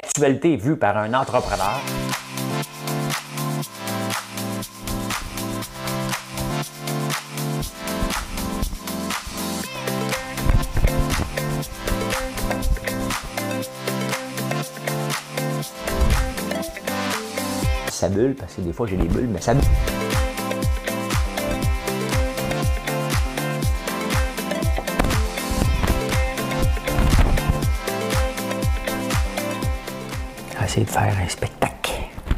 l'actualité vue par un entrepreneur. Ça bulle, parce que des fois j'ai des bulles, mais ça bulle. Essayer de faire un spectacle.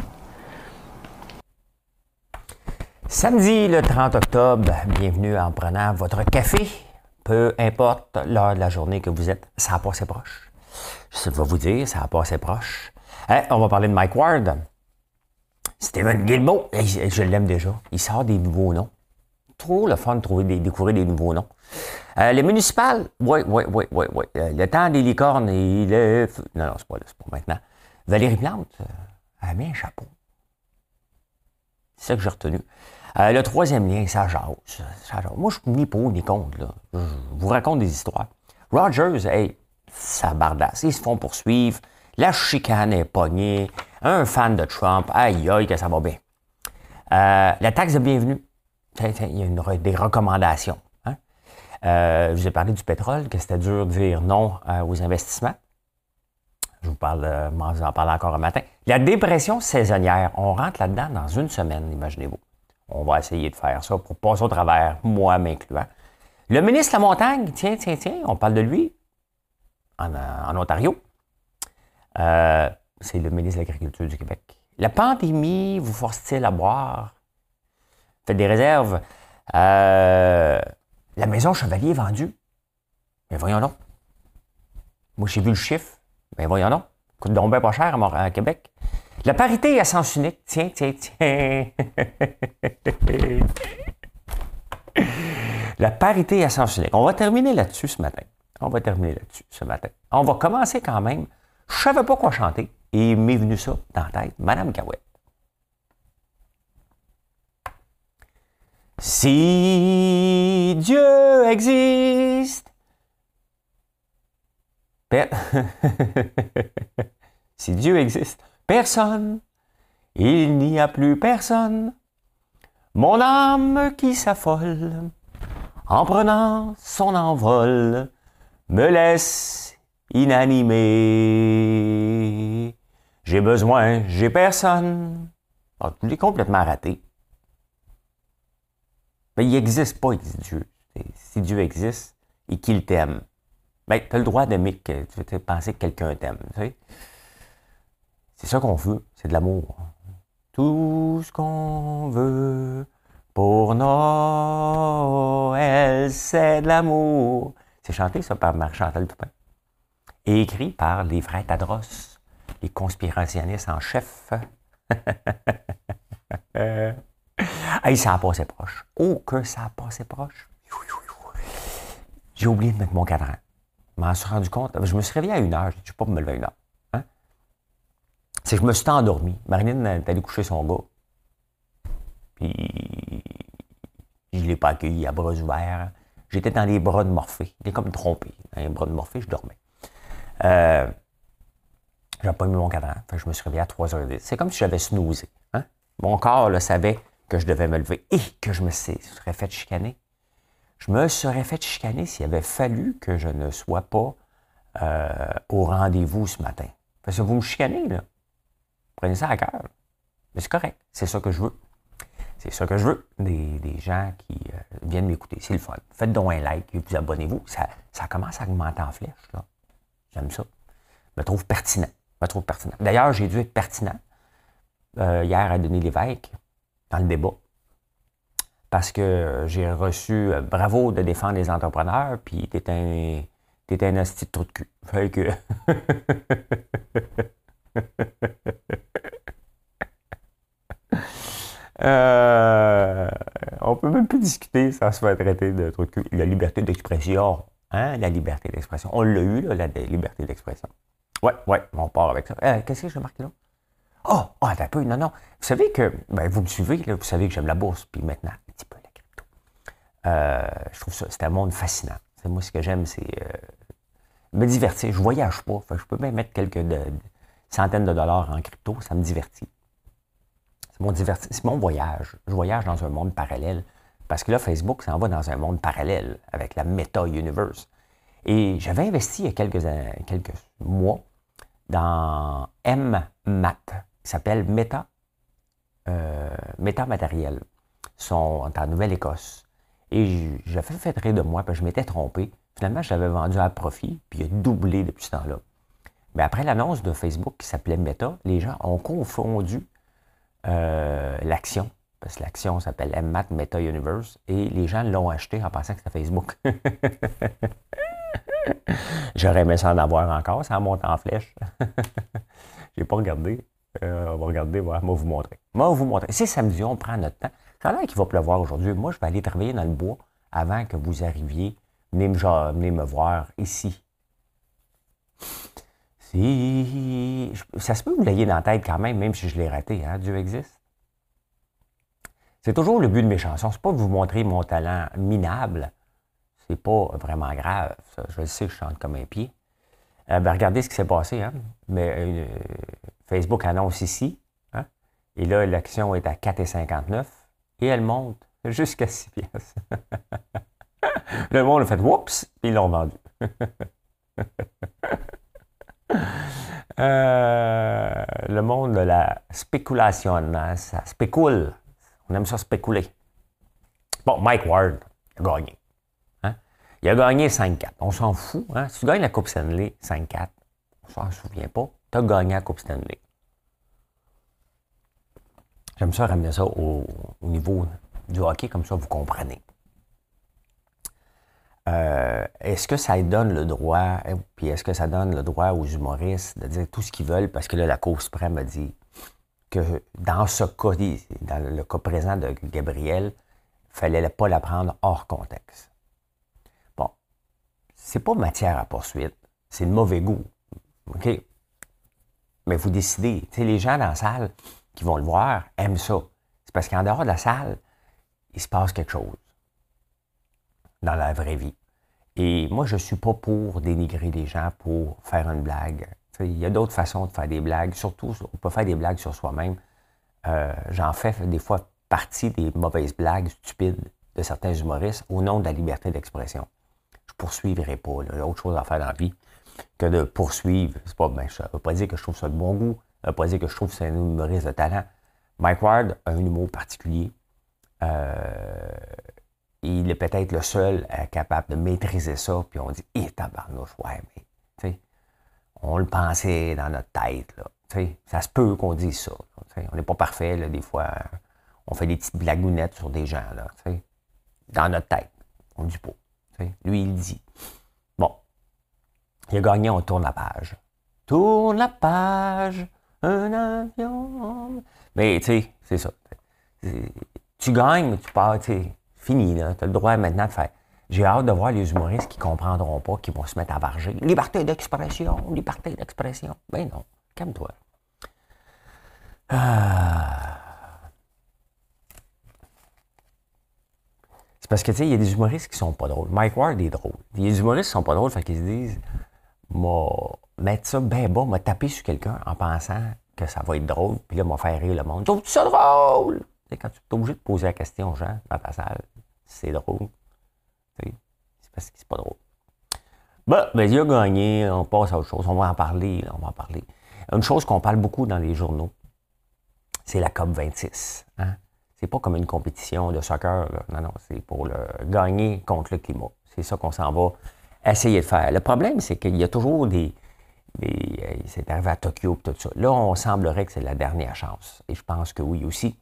Samedi le 30 octobre, bienvenue en prenant votre café. Peu importe l'heure de la journée que vous êtes, ça a passé proche. Je vais vous dire, ça a passé proche. On va parler de Mike Ward. Steven Guilbeault, je l'aime déjà. Il sort des nouveaux noms. Trop le fun de découvrir des nouveaux noms. Les municipales, oui. Le temps des licornes, il est... Non, c'est pas maintenant. Valérie Plante, elle a mis un chapeau. C'est ça que j'ai retenu. Le troisième lien, ça jase. Moi, je suis ni pour ni contre. Là. Je vous raconte des histoires. Rogers, hey, ça bardasse. Ils se font poursuivre. La chicane est pognée. Un fan de Trump, aïe, que ça va bien. La taxe de bienvenue, il y a des recommandations. Hein? Je vous ai parlé du pétrole, que c'était dur de dire non aux investissements. Je vous en parle encore un matin. La dépression saisonnière, on rentre là-dedans dans une semaine, imaginez-vous. On va essayer de faire ça pour passer au travers, moi m'incluant. Le ministre de la Montagne, tiens, on parle de lui, en Ontario. C'est le ministre de l'Agriculture du Québec. La pandémie vous force-t-il à boire? Faites des réserves. La maison Chevalier est vendue. Mais voyons donc. Moi, j'ai vu le chiffre. Ben voyons donc. Coûte donc bien pas cher à Québec. La parité à sens unique. Tiens. La parité à sens unique. On va terminer là-dessus ce matin. On va commencer quand même. Je savais pas quoi chanter. Et il m'est venu ça dans la tête. Madame Cahouette. Si Dieu existe. Si Dieu existe, personne, il n'y a plus personne. Mon âme qui s'affole, en prenant son envol, me laisse inanimé. J'ai besoin, j'ai personne. Oh, tu l'es complètement raté. Mais il n'existe pas, Dieu. Si Dieu existe et qu'il t'aime. Ben, tu as le droit d'aimer, tu veux penser que quelqu'un t'aime. Tu sais? C'est ça qu'on veut, c'est de l'amour. Tout ce qu'on veut pour Noël, c'est de l'amour. C'est chanté, ça, par Marie-Chantal Toupin. Et écrit par les frères Tadros, les conspirationnistes en chef. Hey, ça a passé proche. Oh, que ça a passé proche. J'ai oublié de mettre mon cadran. Je m'en suis rendu compte. Je me suis réveillé à 1h. Je ne suis pas me lever à 1h. Hein? C'est que je me suis endormi. Marinine est allée coucher son gars. Puis, je ne l'ai pas accueilli à bras ouverts. J'étais dans les bras de Morphée. Il est comme trompé. Dans les bras de Morphée, je dormais. Je n'avais pas mis mon cadran. Fait que je me suis réveillé à 3h10. C'est comme si j'avais snoozé. Hein? Mon corps là, savait que je devais me lever et que je me serais fait chicaner. Je me serais fait chicaner s'il avait fallu que je ne sois pas au rendez-vous ce matin. Parce que vous me chicanez, là. Prenez ça à cœur. Mais c'est correct. C'est ça que je veux. C'est ça que je veux. Des gens qui viennent m'écouter. C'est le fun. Faites donc un like et vous abonnez-vous. Ça commence à augmenter en flèche, là. J'aime ça. Je me trouve pertinent. D'ailleurs, j'ai dû être pertinent hier à Denis Lévesque dans le débat. Parce que j'ai reçu bravo de défendre les entrepreneurs, puis t'es un hostie de trou de cul. Fait que... on peut même plus discuter sans se faire traiter de trou de cul. La liberté d'expression. Hein? La liberté d'expression. On l'a eu, là, la liberté d'expression. Ouais, on part avec ça. Qu'est-ce que j'ai marqué là? Attends un peu. Non. Vous savez que... Ben, vous me suivez, là, vous savez que j'aime la bourse, puis maintenant... peu la crypto. Je trouve ça, c'est un monde fascinant. C'est, moi, ce que j'aime, c'est me divertir. Je voyage pas. Fait que je peux même mettre quelques centaines de dollars en crypto, ça me divertit. C'est mon voyage. Je voyage dans un monde parallèle. Parce que là, Facebook s'en va dans un monde parallèle avec la Meta Universe. Et j'avais investi il y a quelques mois dans MMAT, qui s'appelle Meta Matériel. Ils sont en Nouvelle-Écosse. Et j'avais fait rire de moi, parce que je m'étais trompé. Finalement, je l'avais vendu à profit, puis il a doublé depuis ce temps-là. Mais après l'annonce de Facebook qui s'appelait Meta, les gens ont confondu l'action, parce que l'action s'appelle MMAT Meta Universe, et les gens l'ont acheté en pensant que c'était Facebook. J'aurais aimé ça en avoir encore, ça monte en flèche. J'ai pas regardé. On va regarder, voilà, moi vous montrer. C'est samedi, on prend notre temps. Ça a l'air qu'il va pleuvoir aujourd'hui. Moi, je vais aller travailler dans le bois avant que vous arriviez. Venez me voir ici. Ça se peut que vous l'ayez dans la tête quand même si je l'ai raté. Hein? Dieu existe. C'est toujours le but de mes chansons. C'est pas de vous montrer mon talent minable. C'est pas vraiment grave. Ça. Je le sais, je chante comme un pied. Regardez ce qui s'est passé. Hein? Mais Facebook annonce ici. Hein? Et là, l'action est à 4,59 et elle monte jusqu'à 6 pièces. Le monde a fait « Oups! » et ils l'ont vendu. Le monde de la spéculation, hein? Ça spécule. On aime ça spéculer. Bon, Mike Ward a gagné. Hein? Il a gagné 5-4. On s'en fout. Hein? Si tu gagnes la Coupe Stanley 5-4, on s'en souvient pas. Tu as gagné la Coupe Stanley. J'aime ça ramener ça au niveau du hockey, comme ça vous comprenez. Est-ce que ça donne le droit, puis est-ce que ça donne le droit aux humoristes de dire tout ce qu'ils veulent, parce que là, la Cour suprême a dit que dans ce cas, dans le cas présent de Gabriel, il ne fallait pas la prendre hors contexte. Bon, c'est pas matière à poursuite, c'est de mauvais goût, OK? Mais vous décidez, tu sais, les gens dans la salle qui vont le voir aiment ça. C'est parce qu'en dehors de la salle, il se passe quelque chose dans la vraie vie. Et moi, je ne suis pas pour dénigrer les gens, pour faire une blague. Il y a d'autres façons de faire des blagues. Surtout, on peut faire des blagues sur soi-même. J'en fais des fois partie des mauvaises blagues stupides de certains humoristes au nom de la liberté d'expression. Je ne poursuivrai pas. Il y a autre chose à faire dans la vie que de poursuivre. C'est pas, ça ne veut pas dire que je trouve ça de bon goût. Ça ne veut pas dire que je trouve que c'est un humoriste de talent. Mike Ward a un humour particulier. Il est peut-être le seul capable de maîtriser ça. Puis on dit, tabarnouche, ouais, mais, tu sais, on le pensait dans notre tête, là. Tu sais, ça se peut qu'on dise ça. On n'est pas parfait, là, des fois. On fait des petites blagounettes sur des gens, là, tu sais. Dans notre tête. On ne dit pas. Tu sais. Lui, il dit. Bon. Il a gagné, on tourne la page. Tourne la page, un avion. Mais, tu sais, c'est ça. Tu gagnes, mais tu pars, tu sais. Fini, là. Tu as le droit maintenant de faire. J'ai hâte de voir les humoristes qui ne comprendront pas, qui vont se mettre à varger. Liberté d'expression, liberté d'expression. Ben non, calme-toi. C'est parce que, tu sais, il y a des humoristes qui sont pas drôles. Mike Ward est drôle. Il y a des humoristes qui sont pas drôles, fait qu'ils se disent, mettre ça ben bas, taper sur quelqu'un en pensant que ça va être drôle, puis là, m'a faire rire le monde. Trouves-tu ça drôle? T'sais, quand tu es obligé de poser la question aux gens dans ta salle, c'est drôle. C'est parce que c'est pas drôle. Ben, il a gagné, on passe à autre chose. On va en parler, là, on va en parler. Une chose qu'on parle beaucoup dans les journaux, c'est la COP26. Hein? C'est pas comme une compétition de soccer, là. Non, c'est pour le gagner contre le climat. C'est ça qu'on s'en va essayer de faire. Le problème, c'est qu'il y a toujours c'est arrivé à Tokyo et tout ça. Là, on semblerait que c'est la dernière chance. Et je pense que oui aussi.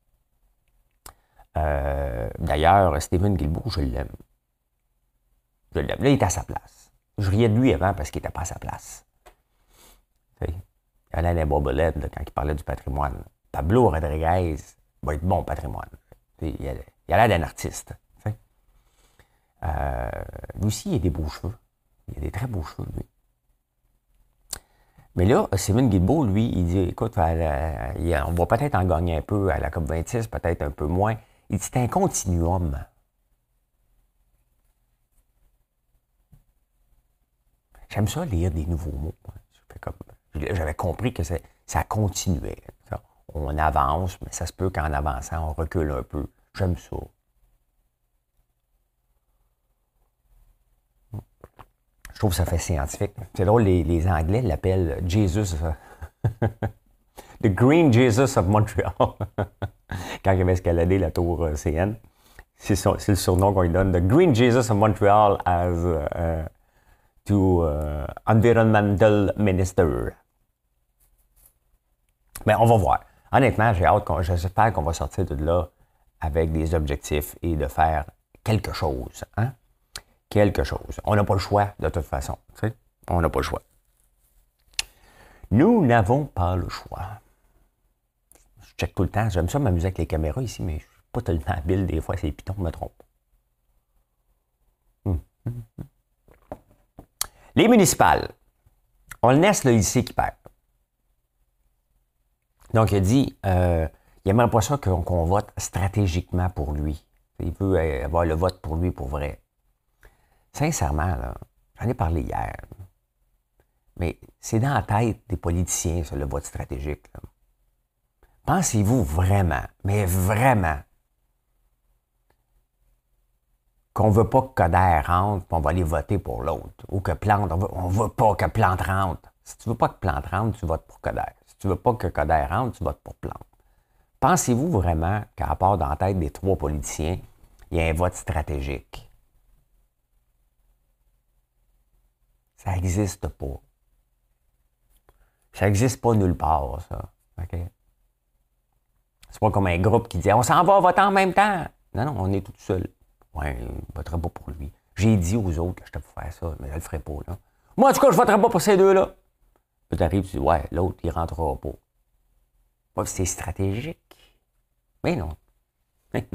D'ailleurs, Stephen Guilbeault, je l'aime. Là, il est à sa place. Je riais de lui avant parce qu'il n'était pas à sa place. Il allait à la bobelette quand il parlait du patrimoine. Pablo Rodriguez va être bon au patrimoine. Il a l'air d'un artiste. Lui aussi, il a des beaux cheveux. Il a des très beaux cheveux, lui. Mais là, Stephen Guilbeault, lui, il dit, écoute, on va peut-être en gagner un peu à la COP26, peut-être un peu moins. Il dit, c'est un continuum. J'aime ça lire des nouveaux mots. J'avais compris que ça continuait. On avance, mais ça se peut qu'en avançant, on recule un peu. J'aime ça. Je trouve que ça fait scientifique. C'est drôle, les Anglais l'appellent Jesus. The Green Jesus of Montreal. Quand il avait escaladé la tour CN. C'est le surnom qu'on lui donne. The Green Jesus of Montreal as Environmental Minister. Mais on va voir. Honnêtement, j'ai hâte, j'espère qu'on va sortir de là avec des objectifs et de faire quelque chose. Hein? Quelque chose. On n'a pas le choix, de toute façon. Tu sais? On n'a pas le choix. Nous n'avons pas le choix. Je check tout le temps. J'aime ça m'amuser avec les caméras ici, mais je ne suis pas tellement habile. Des fois, c'est pitons, me trompe. Les municipales. On le laisse là, ici qui perd. Donc, il a dit, il n'aimerait pas ça qu'on vote stratégiquement pour lui. Il veut avoir le vote pour lui pour vrai. Sincèrement, là, j'en ai parlé hier, mais c'est dans la tête des politiciens, ça, le vote stratégique. Là. Pensez-vous vraiment, mais vraiment, qu'on ne veut pas que Coder rentre, puis on va aller voter pour l'autre, ou que Plante, on ne veut pas que Plante rentre. Si tu ne veux pas que Plante rentre, tu votes pour Coder. Si tu ne veux pas que Coder rentre, tu votes pour Plante. Pensez-vous vraiment qu'à part dans la tête des trois politiciens, il y a un vote stratégique? Ça n'existe pas. Ça n'existe pas nulle part, ça. OK? C'est pas comme un groupe qui dit « On s'en va voter en même temps! » Non, non, on est tout seul. Ouais, je ne voterai pas pour lui. J'ai dit aux autres que je pour faire ça, mais je ne le ferai pas, là. Moi, en tout cas, je ne voterai pas pour ces deux-là. Puis tu arrives, tu dis « Ouais, l'autre, il ne rentrera pas. » Ouais, c'est stratégique. Mais non. Mais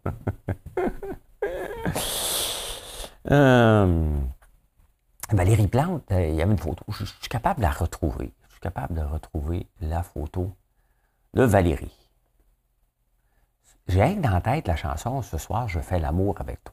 non. Valérie Plante, il y avait une photo. Je suis capable de la retrouver. Je suis capable de retrouver la photo de Valérie. J'ai rien que dans la tête la chanson « Ce soir, je fais l'amour avec toi ».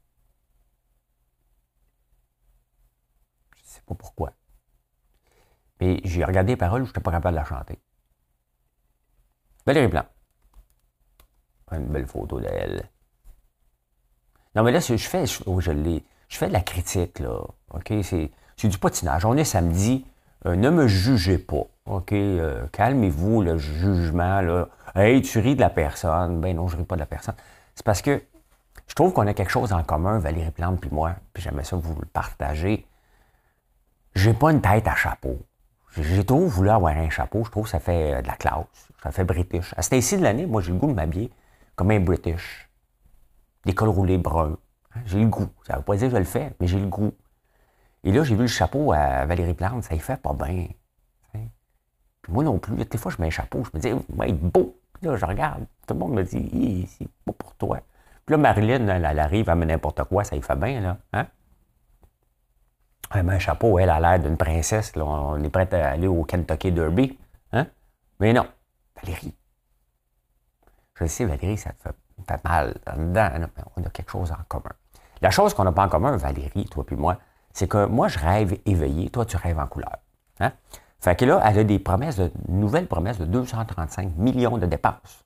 Je ne sais pas pourquoi. Mais j'ai regardé les paroles, je n'étais pas capable de la chanter. Valérie Plante. Une belle photo d'elle. Non, mais là, je fais de la critique, là. OK? C'est du patinage. On est samedi. Ne me jugez pas. OK? Calmez-vous, le jugement, là. Hey, tu ris de la personne. Ben non, je ris pas de la personne. C'est parce que je trouve qu'on a quelque chose en commun, Valérie Plante puis moi, puis j'aimerais ça que vous le partagez. J'ai pas une tête à chapeau. J'ai toujours voulu avoir un chapeau. Je trouve que ça fait de la classe. Ça fait british. À cette ici de l'année, moi, j'ai le goût de m'habiller comme un british. Des cols roulés bruns. J'ai le goût. Ça ne veut pas dire que je le fais, mais j'ai le goût. Et là, j'ai vu le chapeau à Valérie Plante. Ça y fait pas bien. Puis moi non plus. Des fois, je mets un chapeau. Je me dis, il va être beau. Puis là, je regarde. Tout le monde me dit, c'est pas pour toi. Puis là, Marilyn, elle arrive, elle met n'importe quoi. Ça y fait bien, là. Hein? Elle met un chapeau, elle a l'air d'une princesse. Là. On est prêt à aller au Kentucky Derby. Hein? Mais non. Valérie. Je sais, Valérie, ça te fait mal dedans. Non, on a quelque chose en commun. La chose qu'on n'a pas en commun, Valérie, toi puis moi, c'est que moi, je rêve éveillé. Toi, tu rêves en couleur. Hein? Fait que là, elle a des promesses, nouvelles promesses de 235 millions de dépenses.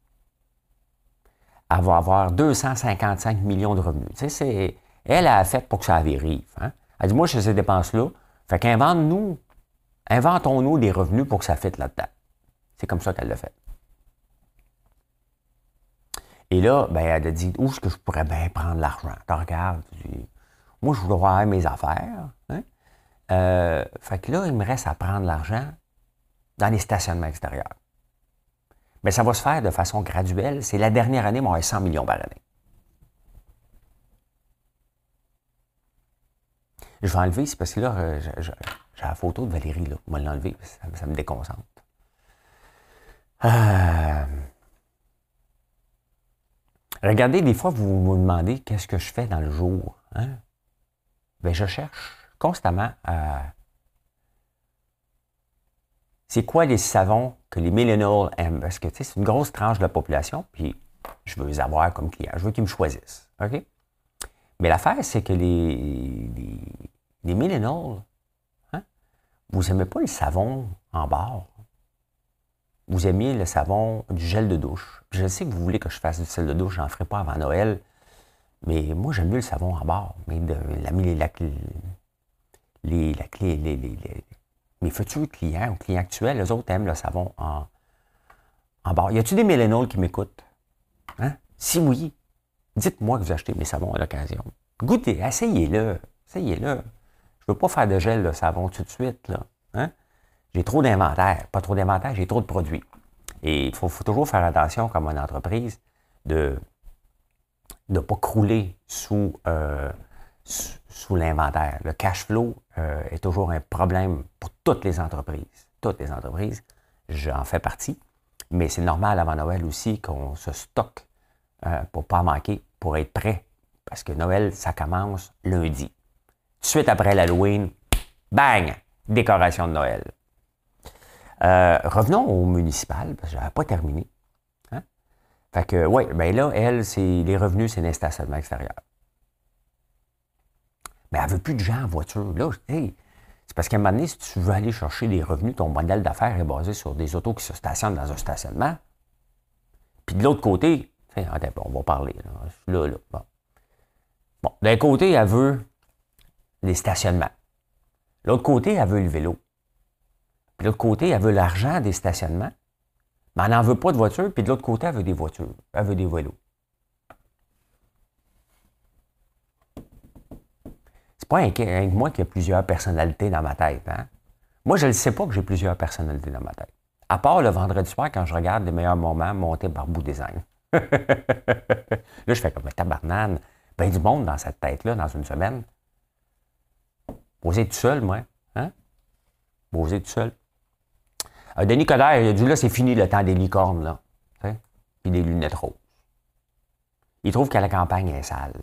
Elle va avoir 255 millions de revenus. Tu sais, elle a fait pour que ça arrive. Hein? Elle dit, moi, je fais ces dépenses-là. Fait inventons-nous des revenus pour que ça fitte là-dedans. C'est comme ça qu'elle l'a fait. Et là, ben, elle a dit, où est-ce que je pourrais bien prendre l'argent? Tu regardes, moi, je voudrais avoir mes affaires. Hein? Fait que là, il me reste à prendre l'argent dans les stationnements extérieurs. Mais ça va se faire de façon graduelle. C'est la dernière année, moi, 100 millions par année. Je vais enlever, c'est parce que là, j'ai la photo de Valérie, là. Je vais l'enlever, ça me déconcentre. Regardez, des fois, vous me demandez qu'est-ce que je fais dans le jour. Hein? Bien, je cherche constamment à... C'est quoi les savons que les millennials aiment? Parce que, tu sais, c'est une grosse tranche de la population, puis je veux les avoir comme clients. Je veux qu'ils me choisissent. OK? Mais l'affaire, c'est que les millennials, hein, vous n'aimez pas le savon en barre. Vous aimiez le savon du gel de douche. Je sais que vous voulez que je fasse du gel de douche, j'en ferai pas avant Noël. Mais moi, j'aime mieux le savon en barre. Mais mes futurs clients ou clients actuels, eux autres aiment le savon en barre. Y a-t-il des millénials qui m'écoutent? Hein? Si oui, dites-moi que vous achetez mes savons à l'occasion. Goûtez, essayez-le. Essayez-le. Je ne veux pas faire de gel de savon tout de suite, là. Hein? J'ai trop d'inventaire. Pas trop d'inventaire, j'ai trop de produits. Et il faut toujours faire attention, comme une entreprise, de ne pas crouler sous l'inventaire. Le cash flow est toujours un problème pour toutes les entreprises. Toutes les entreprises, j'en fais partie. Mais c'est normal avant Noël aussi qu'on se stocke pour ne pas manquer, pour être prêt. Parce que Noël, ça commence lundi. Tout de suite après l'Halloween, bang! Décoration de Noël. Revenons au municipal, parce que je n'avais pas terminé. Hein? Fait que, oui, bien là, elle, les revenus, c'est un stationnement extérieur. Mais elle ne veut plus de gens en voiture. Là, hey, c'est parce qu'à un moment donné, si tu veux aller chercher des revenus, ton modèle d'affaires est basé sur des autos qui se stationnent dans un stationnement. Puis de l'autre côté, on va parler. Là, je suis là. Bon, d'un côté, elle veut les stationnements. De l'autre côté, elle veut le vélo. Puis de l'autre côté, elle veut l'argent des stationnements. Mais elle n'en veut pas de voiture. Puis de l'autre côté, elle veut des voitures. Elle veut des vélos. C'est pas un moi qui a plusieurs personnalités dans ma tête. Hein? Moi, je ne sais pas que j'ai plusieurs personnalités dans ma tête. À part le vendredi soir, quand je regarde les meilleurs moments montés par Bout Design. Là, je fais comme un tabarnane. Ben du monde dans cette tête-là, dans une semaine. Posez tout seul, moi. Hein? Posez tout seul. Denis Coderre, il a dit là, c'est fini le temps des licornes, là. Puis des lunettes roses. Il trouve que la campagne est sale.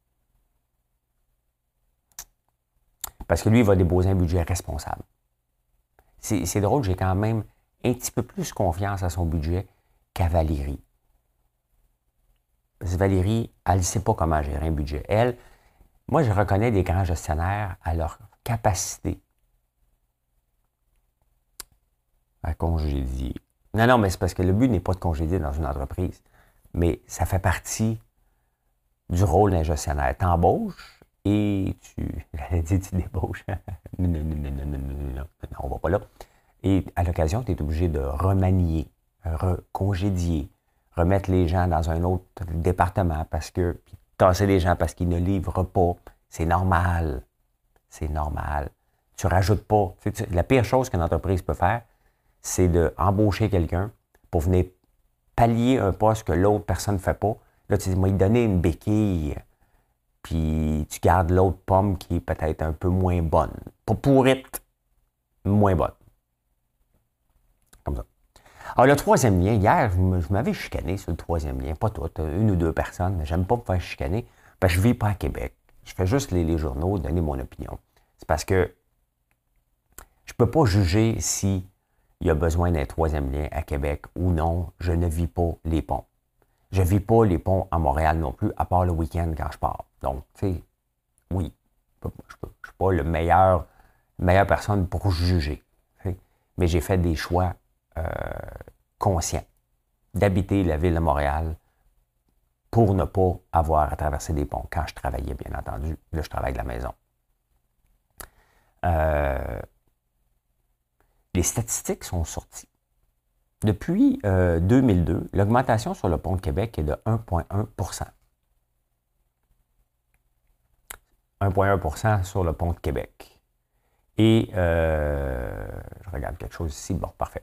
Parce que lui, il va déposer un budget responsable. C'est drôle, j'ai quand même un petit peu plus confiance à son budget qu'à Valérie. Parce que Valérie, elle ne sait pas comment gérer un budget. Elle, moi, je reconnais des grands gestionnaires à leur capacité à congédier. Non, mais c'est parce que le but n'est pas de congédier dans une entreprise, mais ça fait partie du rôle d'un gestionnaire. Tu embauches et j'allais dire tu débauches. Non, on va pas là. Et à l'occasion, tu es obligé de remanier, congédier, remettre les gens dans un autre département parce que, puis tasser les gens parce qu'ils ne livrent pas. C'est normal. C'est normal. Tu rajoutes pas. La pire chose qu'une entreprise peut faire, c'est d'embaucher quelqu'un pour venir pallier un poste que l'autre personne ne fait pas. Là, tu dis, moi, il donner une béquille, puis tu gardes l'autre pomme qui est peut-être un peu moins bonne. Pas pourrite, moins bonne. Comme ça. Alors, le troisième lien, hier, je m'avais chicané sur le troisième lien. Pas toutes, une ou deux personnes, mais j'aime pas me faire chicaner parce que je ne vis pas à Québec. Je fais juste les journaux, donner mon opinion. C'est parce que je ne peux pas juger si il y a besoin d'un troisième lien à Québec ou non. Je ne vis pas les ponts. Je ne vis pas les ponts à Montréal non plus, à part le week-end quand je pars. Donc, tu sais, oui, je ne suis pas la meilleure personne pour juger. T'sais. Mais j'ai fait des choix conscients d'habiter la ville de Montréal pour ne pas avoir à traverser des ponts quand je travaillais, bien entendu. Là, je travaille de la maison. Les statistiques sont sorties. Depuis 2002, l'augmentation sur le pont de Québec est de 1,1 1,1 sur le pont de Québec. Et, je regarde quelque chose ici, bon, parfait.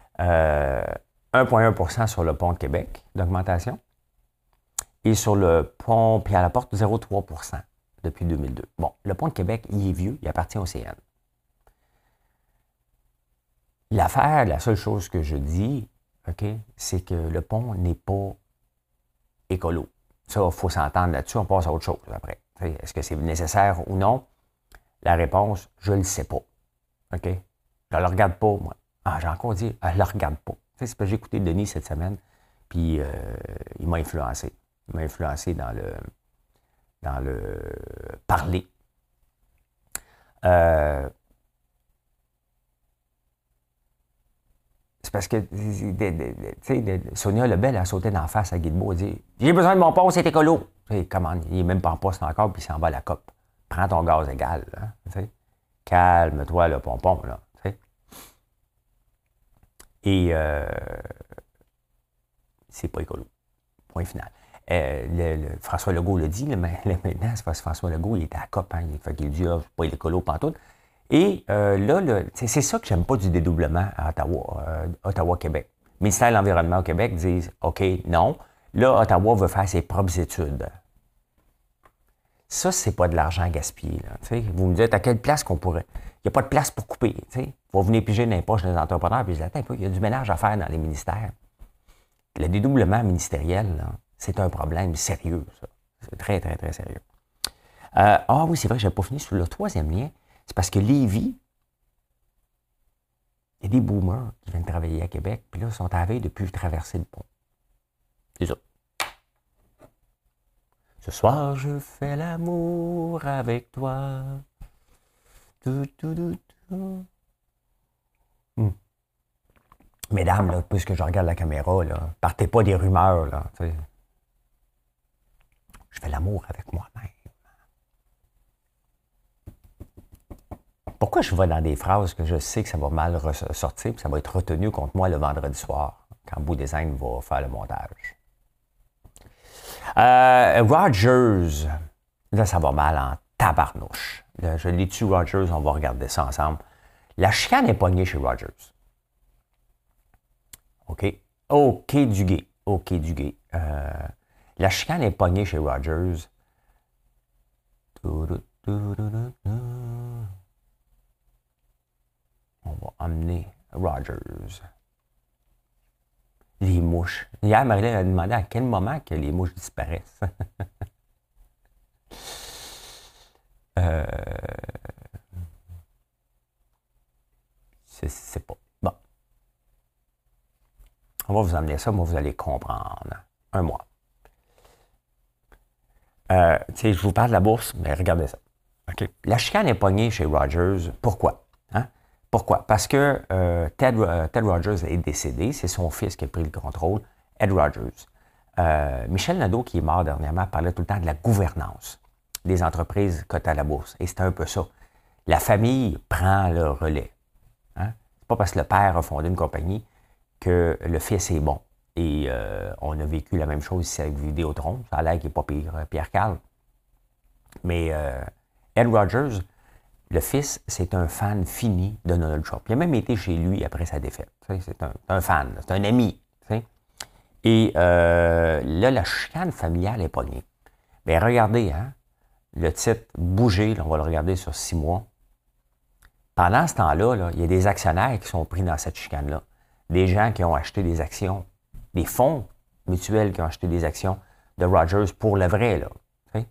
1,1 sur le pont de Québec d'augmentation. Et sur le pont Pierre-Laporte, 0,3 depuis 2002. Bon, le pont de Québec, il est vieux, il appartient au CN. L'affaire, la seule chose que je dis, OK, c'est que le pont n'est pas écolo. Ça, il faut s'entendre là-dessus, on passe à autre chose après. Est-ce que c'est nécessaire ou non? La réponse, je ne le sais pas. OK? Je ne le regarde pas, moi. Ah, j'ai encore dit, je ne le regarde pas. C'est parce que j'ai écouté Denis cette semaine, puis il m'a influencé. Il m'a influencé dans le parler. C'est parce que, tu sais, Sonia Lebel a sauté d'en face à Guilbeault et dit « J'ai besoin de mon poste, c'est écolo. » Comment, il n'est même pas en poste encore, puis il s'en va à la COP. Prends ton gaz égal, hein, tu sais. Calme-toi, le pompon, là, tu sais. Et c'est pas écolo. Point final. François Legault le dit, mais maintenant, c'est parce que François Legault, il était à la COP, hein, il fait qu'il dit, c'est pas l'écolo pantoute. Et là, c'est ça que j'aime pas du dédoublement à Ottawa, Ottawa-Québec. Le ministère de l'Environnement au Québec disent, OK, non. Là, Ottawa veut faire ses propres études. Ça, c'est pas de l'argent gaspillé. Là, vous me dites, à quelle place qu'on pourrait? Il n'y a pas de place pour couper. Vous venez piger dans les poches des entrepreneurs, puis je dis, attends un peu, il y a du ménage à faire dans les ministères. Le dédoublement ministériel, c'est un problème sérieux, ça. C'est très, très, très sérieux. Oui, c'est vrai, je n'avais pas fini sur le troisième lien. C'est parce que Lévis, il y a des boomers qui viennent travailler à Québec, puis là, ils sont à la veille de plus traverser le pont. C'est ça. Ce soir, je fais l'amour avec toi. Mesdames, là, puisque je regarde la caméra, là, partez pas des rumeurs, là. T'sais. Je fais l'amour avec moi-même. Pourquoi je vais dans des phrases que je sais que ça va mal ressortir, puis ça va être retenu contre moi le vendredi soir, quand Beau Design va faire le montage? Rogers, là, ça va mal en tabarnouche. Là, je l'ai tué, Rogers, on va regarder ça ensemble. La chicane est pognée chez Rogers. OK. OK du gay. OK du gay. La chicane est pognée chez Rogers. On va emmener Rogers. Les mouches. Hier, Marilyn a demandé à quel moment que les mouches disparaissent. C'est pas. Bon. On va vous emmener ça, moi, vous allez comprendre. Un mois. Je vous parle de la bourse, mais regardez ça. Okay. La chicane est pognée chez Rogers. Pourquoi? Hein? Pourquoi? Parce que Ted Rogers est décédé. C'est son fils qui a pris le contrôle, Ed Rogers. Michel Nadeau, qui est mort dernièrement, parlait tout le temps de la gouvernance des entreprises cotées à la bourse. Et c'est un peu ça. La famille prend le relais. Hein? C'est pas parce que le père a fondé une compagnie que le fils est bon. Et on a vécu la même chose ici avec Vidéotron. Ça a l'air qu'il n'est pas pire, Pierre Carl. Mais Ed Rogers, le fils, c'est un fan fini de Donald Trump. Il a même été chez lui après sa défaite. C'est un fan, c'est un ami. T'sais. Et là, la chicane familiale est pognée. Bien, regardez, hein, le titre « Bouger », on va le regarder sur 6 mois. Pendant ce temps-là, là, il y a des actionnaires qui sont pris dans cette chicane-là. Des gens qui ont acheté des actions, des fonds mutuels qui ont acheté des actions de Rogers pour le vrai, là.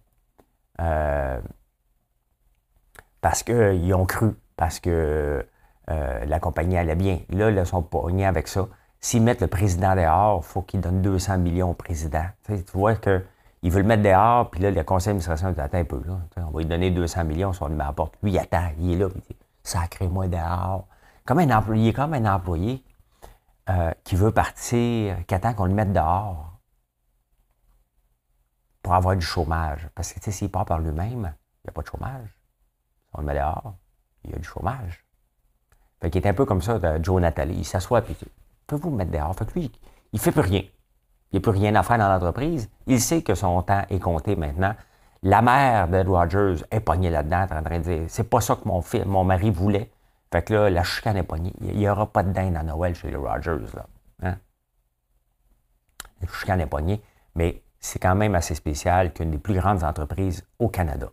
Parce qu'ils ont cru, parce que la compagnie allait bien. Là, ils sont pognés avec ça. S'ils mettent le président dehors, il faut qu'ils donnent 200 millions au président. Tu vois qu'ils veulent le mettre dehors, puis là, le conseil d'administration dit « Attends un peu, là, on va lui donner 200 millions si on lui met à la porte. » Lui, il attend, il est là, il dit « Sacrez-moi dehors. » Comme un employé, qui veut partir, qui attend qu'on le mette dehors pour avoir du chômage. Parce que, s'il part par lui-même, il n'y a pas de chômage. Si on le met dehors, il y a du chômage. Fait qu'il est un peu comme ça, Joe Nathalie. Il s'assoit et dit, peux-vous me mettre dehors? Fait que lui, il ne fait plus rien. Il n'y a plus rien à faire dans l'entreprise. Il sait que son temps est compté maintenant. La mère d'Ed Rogers est pognée là-dedans, en train de dire, c'est pas ça que mon mari voulait. Fait que là, la chicane est pognée. Il n'y aura pas de dinde à Noël chez les Rogers, là. Hein? La chicane est pognée, mais c'est quand même assez spécial qu'une des plus grandes entreprises au Canada.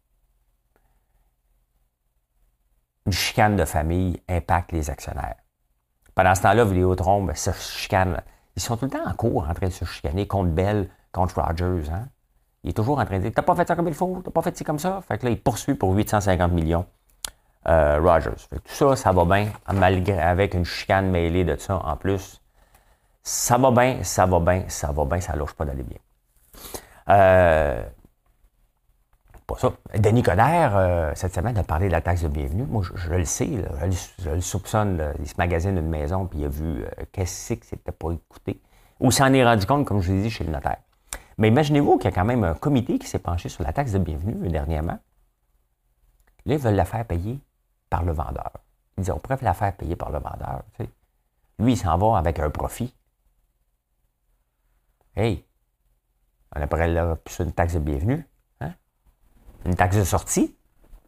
Une chicane de famille impacte les actionnaires. Pendant ce temps-là, Vidéotron, ben, se chicane. Ils sont tout le temps en cours en train de se chicaner contre Bell, contre Rogers. Hein? Il est toujours en train de dire, t'as pas fait ça comme il faut, t'as pas fait ça comme ça. Fait que là, il poursuit pour 850 millions. Rogers. Fait que tout ça, ça va bien, malgré avec une chicane mêlée de ça en plus. Ça va bien, ça louche pas d'aller bien. Pas ça. Denis Coderre, cette semaine, a parlé de la taxe de bienvenue. Moi, je le sais, là, je le soupçonne. Là, il se magasine une maison, puis il a vu qu'est-ce que c'était pas écouté. Ou s'en est rendu compte, comme je l'ai dit, chez le notaire. Mais imaginez-vous qu'il y a quand même un comité qui s'est penché sur la taxe de bienvenue dernièrement. Là, ils veulent la faire payer par le vendeur. Ils disent, on pourrait la faire payer par le vendeur. Tu sais. Lui, il s'en va avec un profit. Hey, on appelle là plus une taxe de bienvenue. Hein? Une taxe de sortie.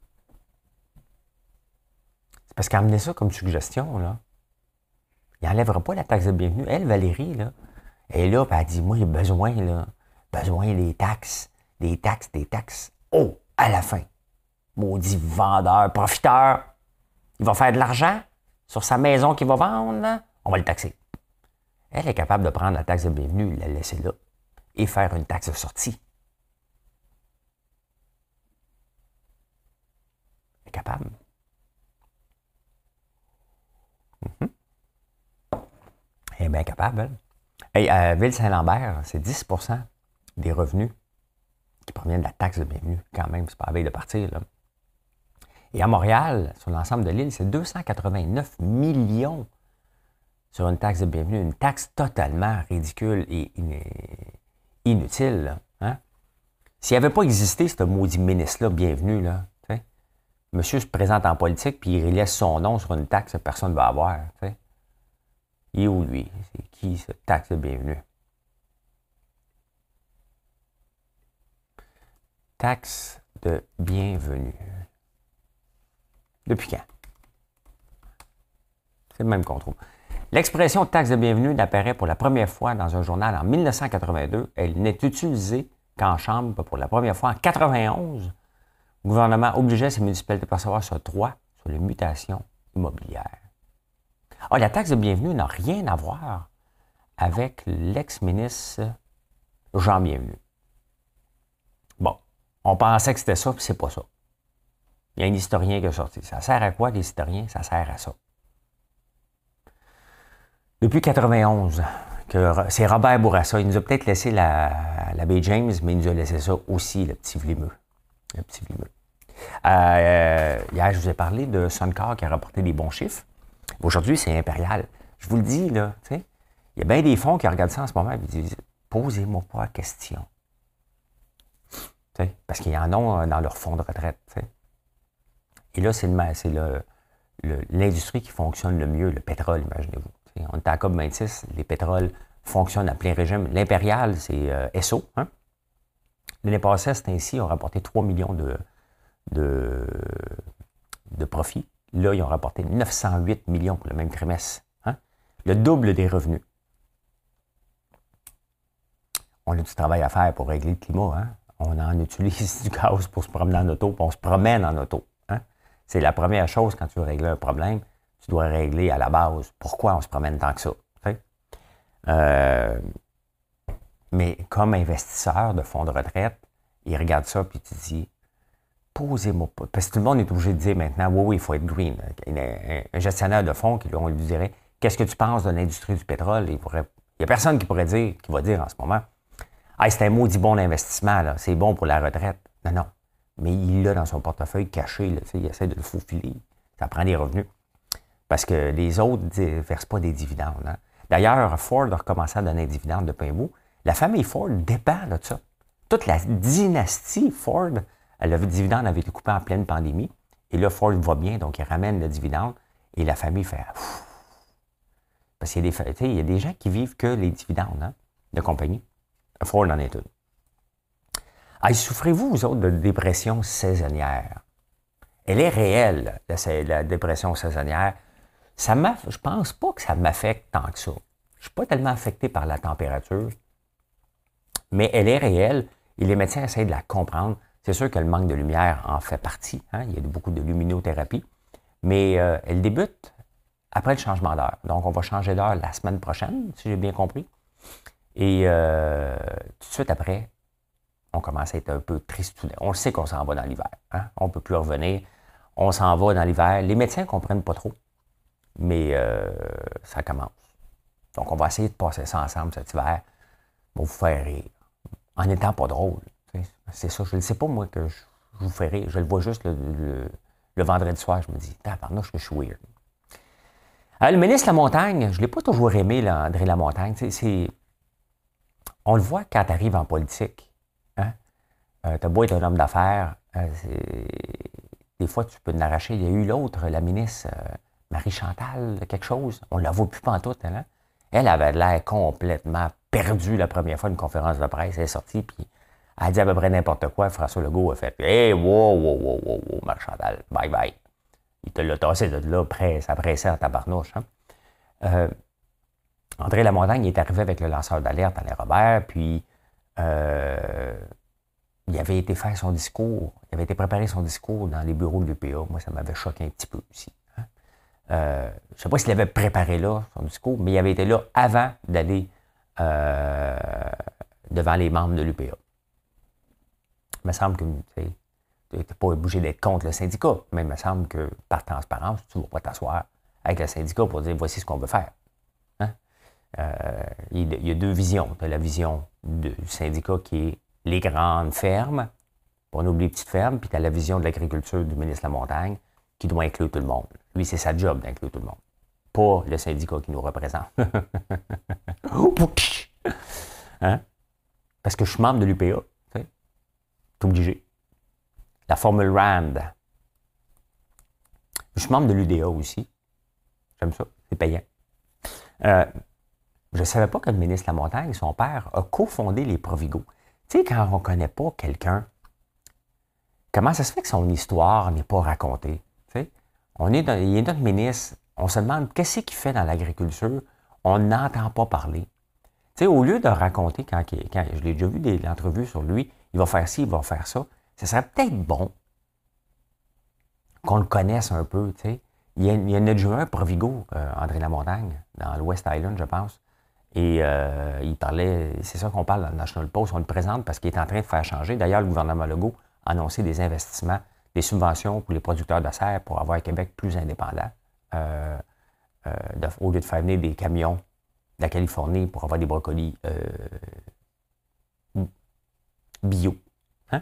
C'est parce qu'emmener ça comme suggestion, là, il n'enlèvera pas la taxe de bienvenue. Elle, Valérie, là, elle est là, puis elle dit, moi, j'ai besoin des taxes, des taxes, des taxes. Oh, à la fin. Maudit vendeur, profiteur. Il va faire de l'argent sur sa maison qu'il va vendre, là. On va le taxer. Elle est capable de prendre la taxe de bienvenue, la laisser là, et faire une taxe de sortie. Elle est capable. Elle est bien capable, elle. Hey, à Ville-Saint-Lambert, c'est 10% des revenus qui proviennent de la taxe de bienvenue. Quand même, c'est pas la veille de partir, là. Et à Montréal, sur l'ensemble de l'île, c'est 289 millions sur une taxe de bienvenue. Une taxe totalement ridicule et inutile. Là, hein? S'il n'avait pas existé, ce maudit ministre-là, bienvenu, là, t'sais, monsieur se présente en politique puis il laisse son nom sur une taxe que personne ne va avoir. T'sais. Il est où, lui? C'est qui, cette taxe de bienvenue? Taxe de bienvenue. Depuis quand? C'est le même qu'on trouve. L'expression taxe de bienvenue apparaît pour la première fois dans un journal en 1982. Elle n'est utilisée qu'en chambre pour la première fois en 1991. Le gouvernement obligeait ces municipalités à percevoir ce droit sur les mutations immobilières. Ah, la taxe de bienvenue n'a rien à voir avec l'ex-ministre Jean Bienvenu. Bon, on pensait que c'était ça, puis c'est pas ça. Il y a un historien qui a sorti. Ça sert à quoi, les historiens? Ça sert à ça. Depuis 1991, c'est Robert Bourassa. Il nous a peut-être laissé la baie James, mais il nous a laissé ça aussi, le petit vlimeux. Le petit vlimeux. Hier, je vous ai parlé de Suncor qui a rapporté des bons chiffres. Aujourd'hui, c'est Impérial. Je vous le dis, là, tu sais, il y a bien des fonds qui regardent ça en ce moment et qui disent « Posez-moi pas la question. » Parce qu'ils en ont dans leur fonds de retraite. T'sais. Et là, c'est l'industrie qui fonctionne le mieux, le pétrole, imaginez-vous. T'sais. On est à COP26, les pétroles fonctionnent à plein régime. L'Impérial, c'est Esso. Hein? L'année passée, c'est ainsi, ils ont rapporté 3 millions de profits. Là, ils ont rapporté 908 millions pour le même trimestre. Hein? Le double des revenus. On a du travail à faire pour régler le climat. Hein? On en utilise du gaz pour se promener en auto, puis on se promène en auto. Hein? C'est la première chose quand tu veux régler un problème, tu dois régler à la base pourquoi on se promène tant que ça. Mais comme investisseur de fonds de retraite, ils regardent ça puis tu te dis, posez-moi pas. Parce que tout le monde est obligé de dire maintenant, oui, il faut être green. Un gestionnaire de fonds, on lui dirait, qu'est-ce que tu penses de l'industrie du pétrole? Il n'y a personne qui va dire en ce moment, ah, c'est un maudit bon investissement, là. C'est bon pour la retraite. Non. Mais il l'a dans son portefeuille caché, là. Il essaie de le faufiler. Ça prend des revenus. Parce que les autres ne versent pas des dividendes. Hein. D'ailleurs, Ford a recommencé à donner des dividendes de pain bout. La famille Ford dépend de ça. Toute la dynastie Ford, le dividende avait été coupé en pleine pandémie. Et là, Ford va bien, donc il ramène le dividende. Et la famille fait ouf. Parce qu'il y a des gens qui vivent que les dividendes hein, de compagnie. Ford en est une. Ah, souffrez-vous, vous autres, de dépression saisonnière? Elle est réelle, la dépression saisonnière. Je pense pas que ça m'affecte tant que ça. Je suis pas tellement affecté par la température, mais elle est réelle et les médecins essayent de la comprendre. C'est sûr que le manque de lumière en fait partie. Hein? Il y a beaucoup de luminothérapie, mais elle débute après le changement d'heure. Donc, on va changer d'heure la semaine prochaine, si j'ai bien compris. Et tout de suite après, on commence à être un peu tristouné. On sait qu'on s'en va dans l'hiver. Hein? On ne peut plus revenir. On s'en va dans l'hiver. Les médecins ne comprennent pas trop, mais ça commence. Donc, on va essayer de passer ça ensemble cet hiver pour vous faire rire, en n'étant pas drôle. C'est ça, je ne sais pas, moi, que Je vous ferai, je le vois juste le vendredi soir, je me dis, tabarnouche que je suis weird. Le ministre Lamontagne, je ne l'ai pas toujours aimé, là, André Lamontagne. On le voit quand tu arrives en politique. Hein? Tu as beau être un homme d'affaires, des fois tu peux en arracher. Il y a eu l'autre, la ministre Marie-Chantal, quelque chose. On ne la voit plus pantoute. Hein? Elle avait l'air complètement perdue la première fois, une conférence de presse. Elle est sortie, puis elle a dit à peu près n'importe quoi. François Legault a fait « Hey, wow, Marie-Chantal, bye bye. » Il te l'a tassé de là, ça pressait à tabarnouche. Hein? André Lamontagne est arrivé avec le lanceur d'alerte, Alain Robert, puis il avait été faire son discours, il avait été préparer son discours dans les bureaux de l'UPA. Moi, ça m'avait choqué un petit peu aussi. Hein? Je ne sais pas s'il avait préparé là son discours, mais il avait été là avant d'aller devant les membres de l'UPA. Il me semble que tu n'es pas obligé d'être contre le syndicat, mais il me semble que par transparence, tu ne vas pas t'asseoir avec le syndicat pour dire voici ce qu'on veut faire. Hein? Il y a deux visions. Tu as la vision du syndicat qui est les grandes fermes, on oublie les petites fermes, puis tu as la vision de l'agriculture du ministre Lamontagne qui doit inclure tout le monde. Lui, c'est sa job d'inclure tout le monde, pas le syndicat qui nous représente. Hein? Parce que je suis membre de l'UPA, tu es obligé. La formule RAND. Je suis membre de l'UDA aussi. J'aime ça, c'est payant. Je ne savais pas que le ministre Lamontagne, son père, a cofondé les Provigo. Tu sais, quand on ne connaît pas quelqu'un, comment ça se fait que son histoire n'est pas racontée? Tu sais, il est notre ministre, on se demande qu'est-ce qu'il fait dans l'agriculture, on n'entend pas parler. Tu sais, au lieu de raconter, quand je l'ai déjà vu des entrevues sur lui, il va faire ci, il va faire ça, ça serait peut-être bon qu'on le connaisse un peu, tu sais. Il y a notre joueur Provigo, André Lamontagne, dans l'West Island, je pense. Et il parlait, c'est ça qu'on parle dans le National Post, on le présente parce qu'il est en train de faire changer. D'ailleurs, le gouvernement Legault a annoncé des investissements, des subventions pour les producteurs de serre pour avoir un Québec plus indépendant. Au lieu de faire venir des camions de la Californie pour avoir des brocolis bio. Hein?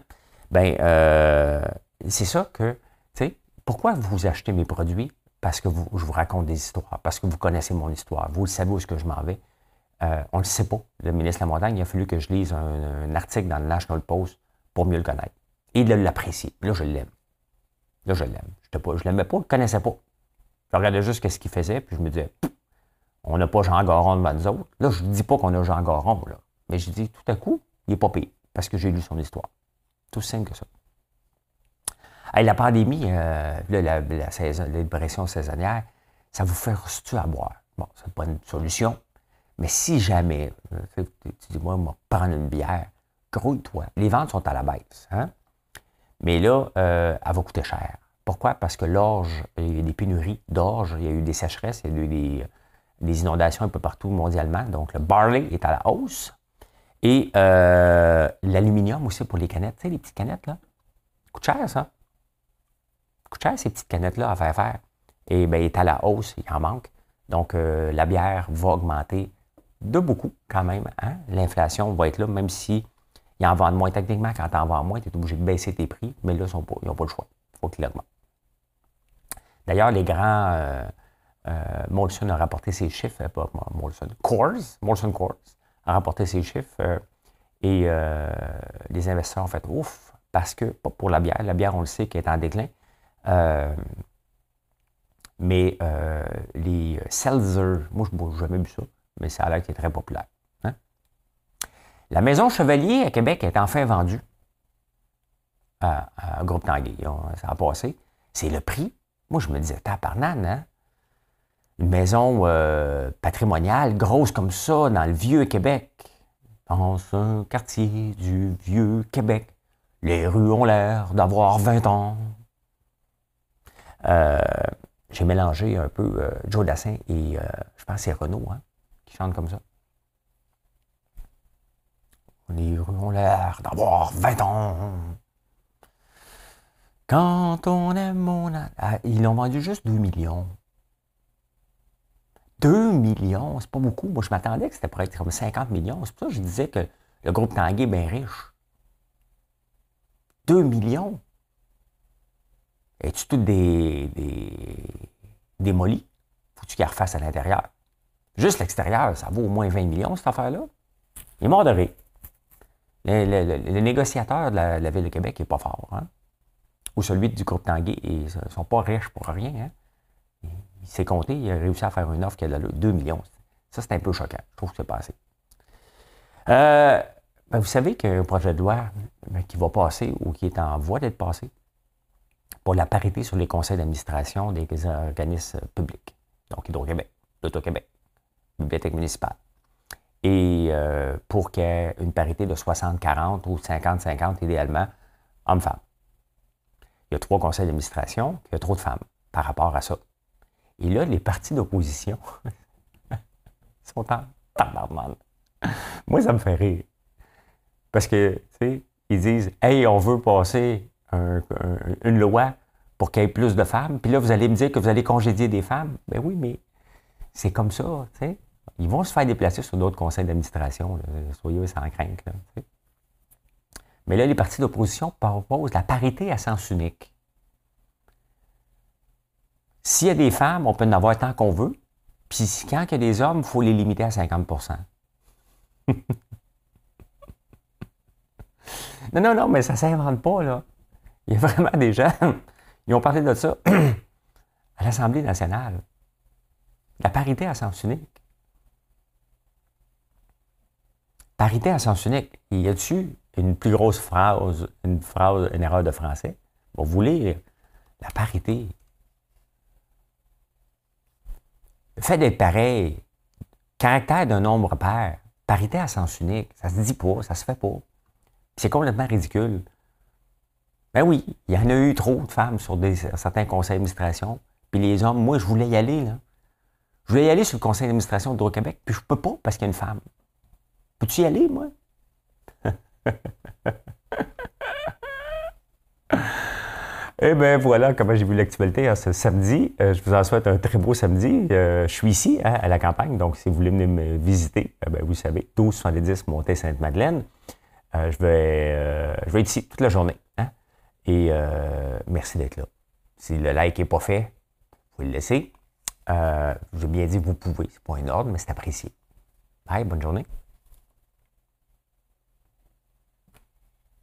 C'est ça que, tu sais, pourquoi vous achetez mes produits? Parce que je vous raconte des histoires, parce que vous connaissez mon histoire, vous le savez où est-ce que je m'en vais. On ne le sait pas. Le ministre Lamontagne, il a fallu que je lise un article dans le National Post pour mieux le connaître. Et de l'apprécier. Là, je l'aime. Là, je l'aime. Je ne l'aimais pas, je ne le connaissais pas. Je regardais juste ce qu'il faisait, puis je me disais, on n'a pas Jean Garon devant nous autres. Là, je ne dis pas qu'on a Jean Garon, là. Mais je dis, tout à coup, il n'est pas pire, parce que j'ai lu son histoire. Tout simple que ça. Hey, la pandémie, la dépression saisonnière, ça vous fait restituer à boire. Bon, c'est pas une solution. Mais si jamais, tu dis, moi, on va prendre une bière, grouille-toi. Les ventes sont à la baisse. Hein? Mais là, elle va coûter cher. Pourquoi? Parce que l'orge, il y a des pénuries d'orge, il y a eu des sécheresses, il y a eu des inondations un peu partout mondialement. Donc, le barley est à la hausse. Et l'aluminium aussi pour les canettes. Tu sais, les petites canettes, là. Ça coûte cher, ça. Ça coûte cher, ces petites canettes-là, à faire. Et bien, il est à la hausse, il en manque. Donc, la bière va augmenter de beaucoup, quand même. Hein? L'inflation va être là, même si ils en vendent moins. Techniquement, quand tu en vends moins, tu es obligé de baisser tes prix, mais là, ils n'ont pas le choix. Il faut qu'ils l'augmentent. D'ailleurs, les grands... Molson a rapporté ses chiffres, pas Molson, Molson Coors a rapporté ses chiffres et les investisseurs ont fait ouf, parce que, pas pour la bière, on le sait, qui est en déclin, mais les seltzer, moi, je n'ai jamais bu ça, mais ça a l'air qu'il est très populaire. Hein? La Maison Chevalier à Québec est enfin vendue à Groupe Tanguay. Ça a passé. C'est le prix. Moi, je me disais, tabarnane, hein? Une maison patrimoniale, grosse comme ça, dans le vieux Québec. Dans un quartier du vieux Québec, les rues ont l'air d'avoir 20 ans. J'ai mélangé un peu Joe Dassin et je pense que c'est Renaud qui chante comme ça. Les rues ont l'air d'avoir 20 ans. Quand on aime mon... ils l'ont vendu juste 2 millions. 2 millions, c'est pas beaucoup. Moi, je m'attendais que c'était pour être comme 50 millions. C'est pour ça que je disais que le groupe Tanguay est bien riche. 2 millions. Es-tu toutes démolies? Faut-tu qu'elles refassent à l'intérieur? Juste l'extérieur, ça vaut au moins 20 millions, cette affaire-là. Il est mort de rire. Le négociateur de la Ville de Québec n'est pas fort. Hein? Ou celui du groupe Tanguay, ils ne sont pas riches pour rien. Hein? Il s'est compté, il a réussi à faire une offre qui a de 2 millions. Ça, c'est un peu choquant. Je trouve que c'est pas assez. Vous savez qu'il y a un projet de loi qui va passer ou qui est en voie d'être passé pour la parité sur les conseils d'administration des organismes publics. Donc, Hydro-Québec, l'Auto-Québec, Bibliothèque municipale. Et pour qu'il y ait une parité de 60-40 ou 50-50 idéalement, hommes-femmes. Il y a 3 conseils d'administration, il y a trop de femmes par rapport à ça. Et là, les partis d'opposition sont en tabarnak. Moi, ça me fait rire. Parce que, tu sais, ils disent « Hey, on veut passer une loi pour qu'il y ait plus de femmes. » Puis là, vous allez me dire que vous allez congédier des femmes. Ben oui, mais c'est comme ça, tu sais. Ils vont se faire déplacer sur d'autres conseils d'administration. Soyez sans crainte. Là, mais là, les partis d'opposition proposent la parité à sens unique. S'il y a des femmes, on peut en avoir tant qu'on veut. Puis quand il y a des hommes, il faut les limiter à 50 Non, mais ça ne s'invente pas, là. Il y a vraiment des gens, ils ont parlé de ça à l'Assemblée nationale. La parité à sens unique. Parité à sens unique. Il y a-dessus une plus grosse phrase, une erreur de français? On va vous lire la parité. Le fait d'être pareil, caractère d'un nombre pair, parité à sens unique, ça se dit pas, ça se fait pas. C'est complètement ridicule. Ben oui, il y en a eu trop de femmes sur certains conseils d'administration. Puis les hommes, moi, je voulais y aller, là. Je voulais y aller sur le conseil d'administration d'Hydro-Québec, puis je peux pas parce qu'il y a une femme. Peux-tu y aller, moi? Eh bien, voilà comment j'ai vu l'actualité ce samedi. Je vous en souhaite un très beau samedi. Je suis ici, hein, à la campagne, donc si vous voulez venir me visiter, vous savez, 1270 Montée Sainte-Madeleine. Je vais être ici toute la journée. Hein? Et merci d'être là. Si le like n'est pas fait, vous pouvez le laisser. J'ai bien dit vous pouvez. C'est pas un ordre, mais c'est apprécié. Bye, bonne journée.